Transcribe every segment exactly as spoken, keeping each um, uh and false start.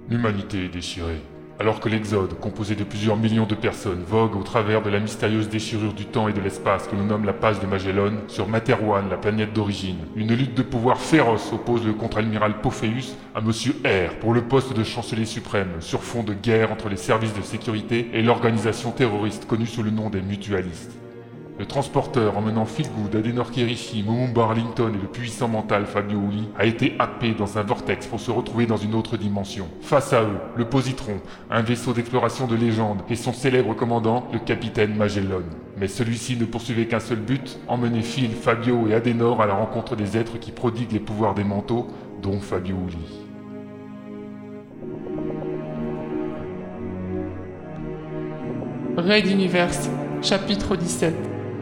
L'humanité est déchirée. Alors que l'Exode, composé de plusieurs millions de personnes, vogue au travers de la mystérieuse déchirure du temps et de l'espace que l'on nomme la Passe de Magellan, sur Materwan, la planète d'origine, une lutte de pouvoir féroce oppose le contre-amiral Pophéus à Monsieur R pour le poste de chancelier suprême, sur fond de guerre entre les services de sécurité et l'organisation terroriste connue sous le nom des mutualistes. Le transporteur emmenant Feelgood, Adenor Kerishi, Momumba Arlington et le puissant mental Fabio Uli a été happé dans un vortex pour se retrouver dans une autre dimension. Face à eux, le Positron, un vaisseau d'exploration de légende, et son célèbre commandant, le capitaine Magellan. Mais celui-ci ne poursuivait qu'un seul but, emmener Phil, Fabio et Adenor à la rencontre des êtres qui prodiguent les pouvoirs des manteaux, dont Fabio Uli. Raid Universe, chapitre dix-sept.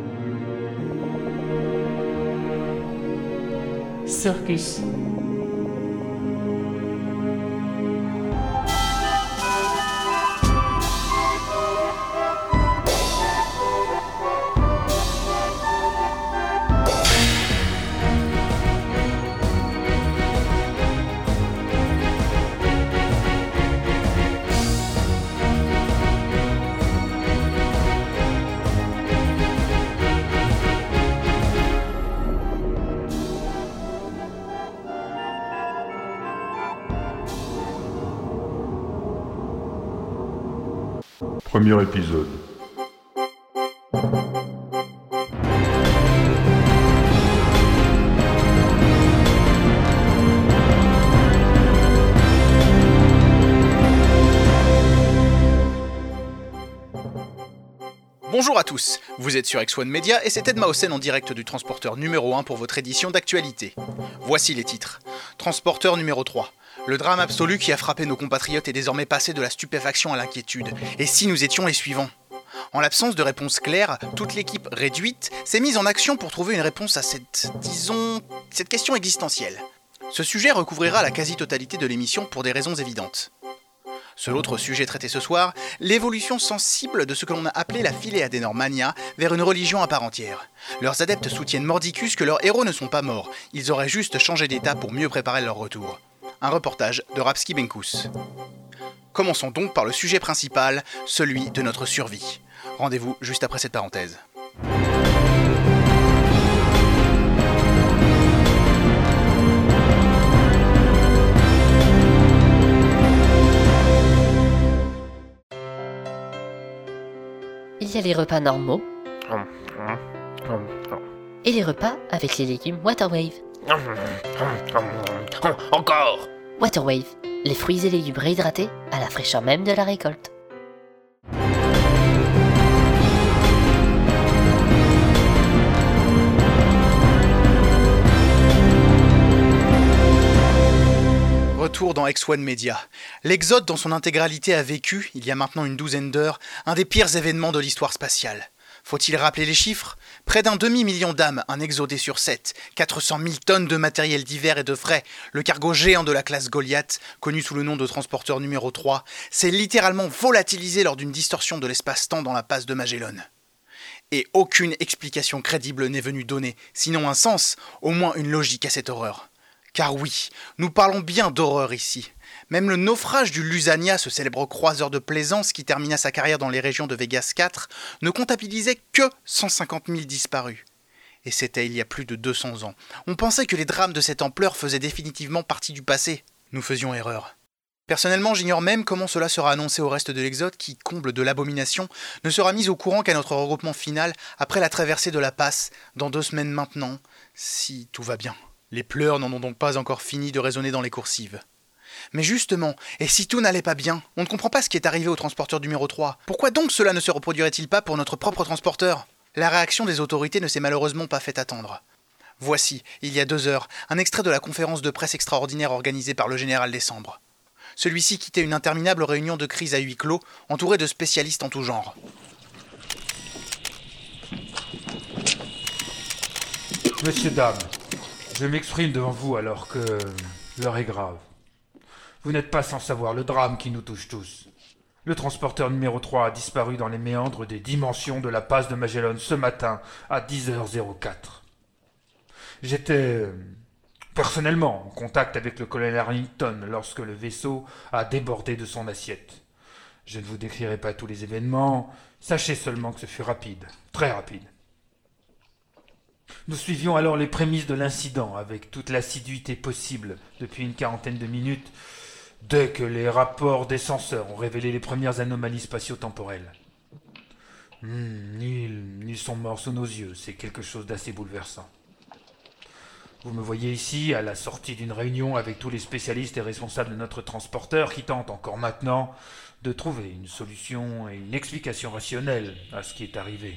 Circus. Premier épisode. Bonjour à tous, vous êtes sur X un Media et c'est Ed Mausen en direct du transporteur numéro un pour votre édition d'actualité. Voici les titres. Transporteur numéro trois. Le drame absolu qui a frappé nos compatriotes est désormais passé de la stupéfaction à l'inquiétude. Et si nous étions les suivants ? En l'absence de réponse claire, toute l'équipe réduite s'est mise en action pour trouver une réponse à cette, disons, cette question existentielle. Ce sujet recouvrira la quasi-totalité de l'émission pour des raisons évidentes. Seul autre sujet traité ce soir, l'évolution sensible de ce que l'on a appelé la Philéa Adenor Mania vers une religion à part entière. Leurs adeptes soutiennent mordicus que leurs héros ne sont pas morts, ils auraient juste changé d'état pour mieux préparer leur retour. Un reportage de Rapski Benkus. Commençons donc par le sujet principal, celui de notre survie. Rendez-vous juste après cette parenthèse. Il y a les repas normaux et les repas avec les légumes Waterwave. Encore! Waterwave, les fruits et légumes réhydratés à la fraîcheur même de la récolte. Retour dans X un Media. L'Exode dans son intégralité a vécu, il y a maintenant une douzaine d'heures, un des pires événements de l'histoire spatiale. Faut-il rappeler les chiffres ? Près d'un demi-million d'âmes, un exodé sur sept, quatre cent mille tonnes de matériel divers et de frais, le cargo géant de la classe Goliath, connu sous le nom de transporteur numéro trois, s'est littéralement volatilisé lors d'une distorsion de l'espace-temps dans la passe de Magellan. Et aucune explication crédible n'est venue donner, sinon un sens, au moins une logique à cette horreur. Car oui, nous parlons bien d'horreur ici. Même le naufrage du Lusania, ce célèbre croiseur de plaisance qui termina sa carrière dans les régions de Vegas quatre, ne comptabilisait que cent cinquante mille disparus. Et c'était il y a plus de deux cents ans. On pensait que les drames de cette ampleur faisaient définitivement partie du passé. Nous faisions erreur. Personnellement, j'ignore même comment cela sera annoncé au reste de l'Exode qui, comble de l'abomination, ne sera mis au courant qu'à notre regroupement final après la traversée de la passe, dans deux semaines maintenant, si tout va bien. Les pleurs n'en ont donc pas encore fini de résonner dans les coursives. Mais justement, et si tout n'allait pas bien, on ne comprend pas ce qui est arrivé au transporteur numéro trois. Pourquoi donc cela ne se reproduirait-il pas pour notre propre transporteur ? La réaction des autorités ne s'est malheureusement pas fait attendre. Voici, il y a deux heures, un extrait de la conférence de presse extraordinaire organisée par le général Décembre. Celui-ci quittait une interminable réunion de crise à huis clos, entouré de spécialistes en tout genre. Messieurs, dames, je m'exprime devant vous alors que l'heure est grave. Vous n'êtes pas sans savoir le drame qui nous touche tous. Le transporteur numéro trois a disparu dans les méandres des dimensions de la passe de Magellan ce matin à dix heures zéro quatre. J'étais personnellement en contact avec le colonel Harrington lorsque le vaisseau a débordé de son assiette. Je ne vous décrirai pas tous les événements, sachez seulement que ce fut rapide, très rapide. Nous suivions alors les prémices de l'incident avec toute l'assiduité possible depuis une quarantaine de minutes, dès que les rapports des senseurs ont révélé les premières anomalies spatio-temporelles. Hmm, ils, ils sont morts sous nos yeux, c'est quelque chose d'assez bouleversant. Vous me voyez ici, à la sortie d'une réunion avec tous les spécialistes et responsables de notre transporteur qui tentent encore maintenant de trouver une solution et une explication rationnelle à ce qui est arrivé.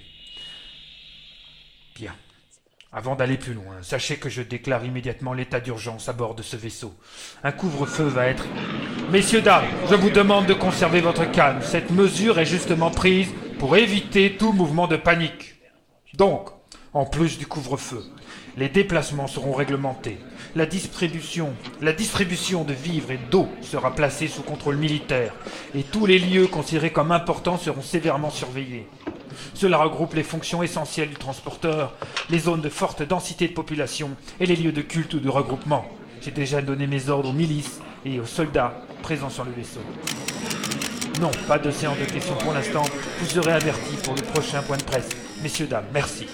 Bien. Avant d'aller plus loin, sachez que je déclare immédiatement l'état d'urgence à bord de ce vaisseau. Un couvre-feu va être... Messieurs, dames, je vous demande de conserver votre calme. Cette mesure est justement prise pour éviter tout mouvement de panique. Donc, en plus du couvre-feu, les déplacements seront réglementés. La distribution, la distribution de vivres et d'eau sera placée sous contrôle militaire. Et tous les lieux considérés comme importants seront sévèrement surveillés. Cela regroupe les fonctions essentielles du transporteur, les zones de forte densité de population et les lieux de culte ou de regroupement. J'ai déjà donné mes ordres aux milices et aux soldats présents sur le vaisseau. Non, pas de séance de questions pour l'instant. Vous serez avertis pour le prochain point de presse. Messieurs, dames, merci.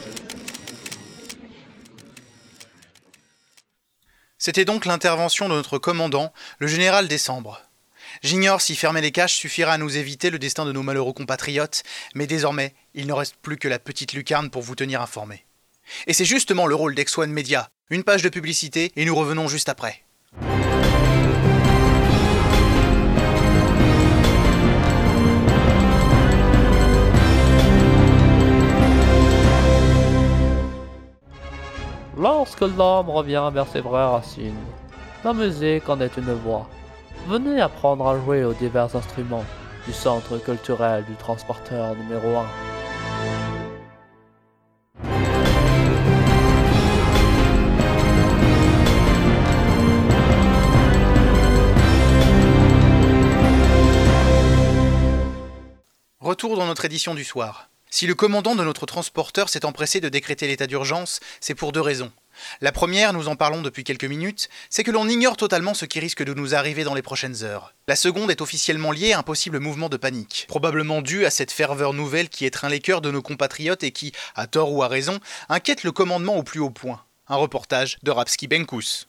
C'était donc l'intervention de notre commandant, le général Décembre. J'ignore si fermer les caches suffira à nous éviter le destin de nos malheureux compatriotes, mais désormais, il ne reste plus que la petite lucarne pour vous tenir informés. Et c'est justement le rôle d'X un Media. Une page de publicité et nous revenons juste après. Lorsque l'homme revient vers ses vraies racines, la musique en est une voix. Venez apprendre à jouer aux divers instruments du centre culturel du transporteur numéro un. Retour dans notre édition du soir. Si le commandant de notre transporteur s'est empressé de décréter l'état d'urgence, c'est pour deux raisons. La première, nous en parlons depuis quelques minutes, c'est que l'on ignore totalement ce qui risque de nous arriver dans les prochaines heures. La seconde est officiellement liée à un possible mouvement de panique, probablement dû à cette ferveur nouvelle qui étreint les cœurs de nos compatriotes et qui, à tort ou à raison, inquiète le commandement au plus haut point. Un reportage de Rapski Benkus.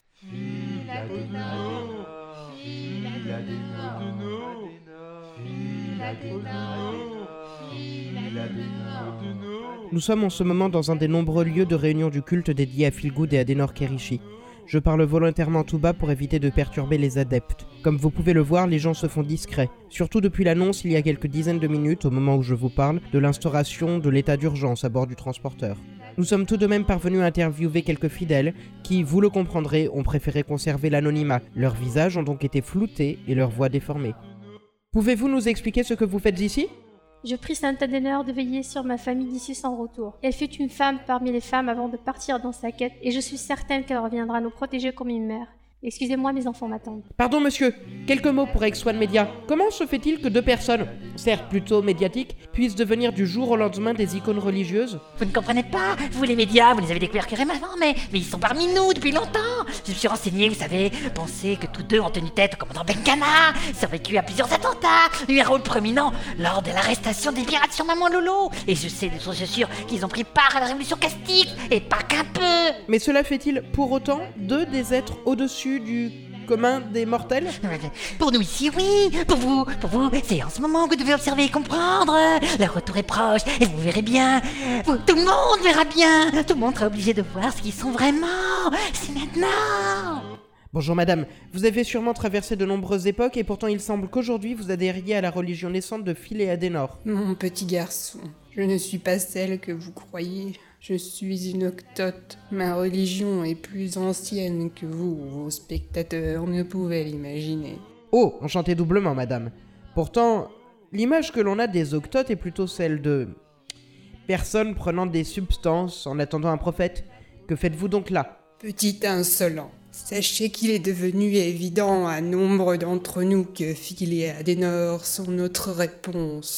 Nous sommes en ce moment dans un des nombreux lieux de réunion du culte dédié à Feelgood et à Adenor Kerishi. Je parle volontairement tout bas pour éviter de perturber les adeptes. Comme vous pouvez le voir, les gens se font discrets. Surtout depuis l'annonce, il y a quelques dizaines de minutes, au moment où je vous parle, de l'instauration de l'état d'urgence à bord du transporteur. Nous sommes tout de même parvenus à interviewer quelques fidèles qui, vous le comprendrez, ont préféré conserver l'anonymat. Leurs visages ont donc été floutés et leurs voix déformées. Pouvez-vous nous expliquer ce que vous faites ici ? Je prie Sainte Adenor de veiller sur ma famille d'ici sans retour. Elle fut une femme parmi les femmes avant de partir dans sa quête, et je suis certaine qu'elle reviendra nous protéger comme une mère. Excusez-moi, mes enfants m'attendent. Pardon, monsieur. Quelques mots pour X un Media. Comment se fait-il que deux personnes, certes plutôt médiatiques, puissent devenir du jour au lendemain des icônes religieuses ? Vous ne comprenez pas, vous les médias, vous les avez découverts que récemment, mais, mais ils sont parmi nous depuis longtemps. Je me suis renseigné, vous savez, pensez que tous deux ont tenu tête au commandant Benkana, survécu à plusieurs attentats, eu un rôle prominent lors de l'arrestation des pirates sur Maman Lolo. Et je sais de sources sûres qu'ils ont pris part à la révolution castique, et pas qu'un peu. Mais cela fait-il pour autant d'eux des êtres au-dessus du commun des mortels ? Pour nous ici, oui. Pour vous, pour vous, c'est en ce moment que vous devez observer et comprendre. Le retour est proche et vous verrez bien. Vous, tout le monde verra bien. Tout le monde sera obligé de voir ce qu'ils sont vraiment. C'est maintenant. Bonjour madame, vous avez sûrement traversé de nombreuses époques et pourtant il semble qu'aujourd'hui vous adhériez à la religion naissante de Phil et Adenor. Mon petit garçon, je ne suis pas celle que vous croyez. Je suis une octote. Ma religion est plus ancienne que vous, vos spectateurs ne pouvaient l'imaginer. Oh, enchanté doublement, madame. Pourtant, l'image que l'on a des octotes est plutôt celle de... personnes prenant des substances en attendant un prophète. Que faites-vous donc là ? Petit insolent, sachez qu'il est devenu évident à nombre d'entre nous que Phil et Adenor sont notre réponse.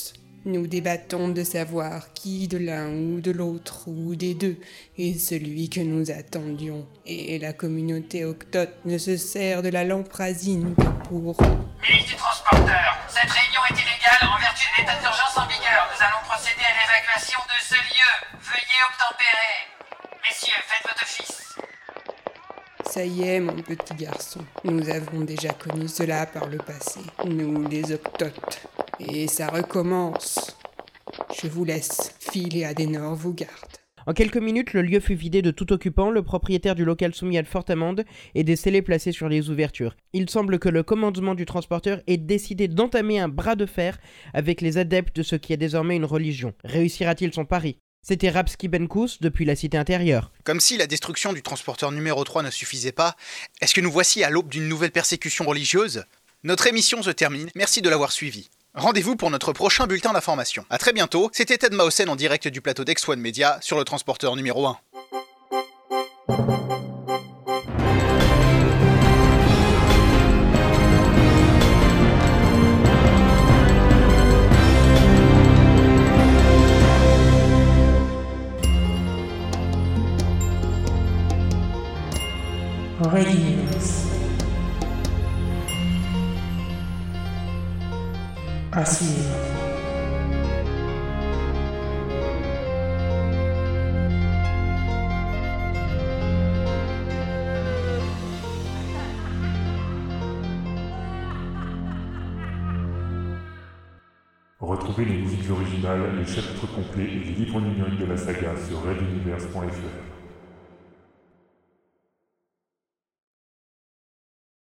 Nous débattons de savoir qui de l'un ou de l'autre ou des deux est celui que nous attendions. Et la communauté octote ne se sert de la lamprasine que pour... Ministre du Transporteur, cette réunion est illégale en vertu de l'état d'urgence en vigueur. Nous allons procéder à l'évacuation de ce lieu. Veuillez obtempérer. Messieurs, faites votre office. Ça y est, mon petit garçon. Nous avons déjà connu cela par le passé. Nous, les octotes. Et ça recommence. Je vous laisse. Phil et Adenor vous gardent. En quelques minutes, le lieu fut vidé de tout occupant, le propriétaire du local soumis à de fortes amendes et des scellés placés sur les ouvertures. Il semble que le commandement du transporteur ait décidé d'entamer un bras de fer avec les adeptes de ce qui est désormais une religion. Réussira-t-il son pari ? C'était Rapski Benkus depuis la cité intérieure. Comme si la destruction du transporteur numéro trois ne suffisait pas, est-ce que nous voici à l'aube d'une nouvelle persécution religieuse ? Notre émission se termine, merci de l'avoir suivi. Rendez-vous pour notre prochain bulletin d'information. A très bientôt, c'était Ted Mausen en direct du plateau d'X un Media sur le transporteur numéro un. Radiance. Asile. Retrouvez les musiques originales, les chapitres complets et les livres numériques de la saga sur red universe point f r.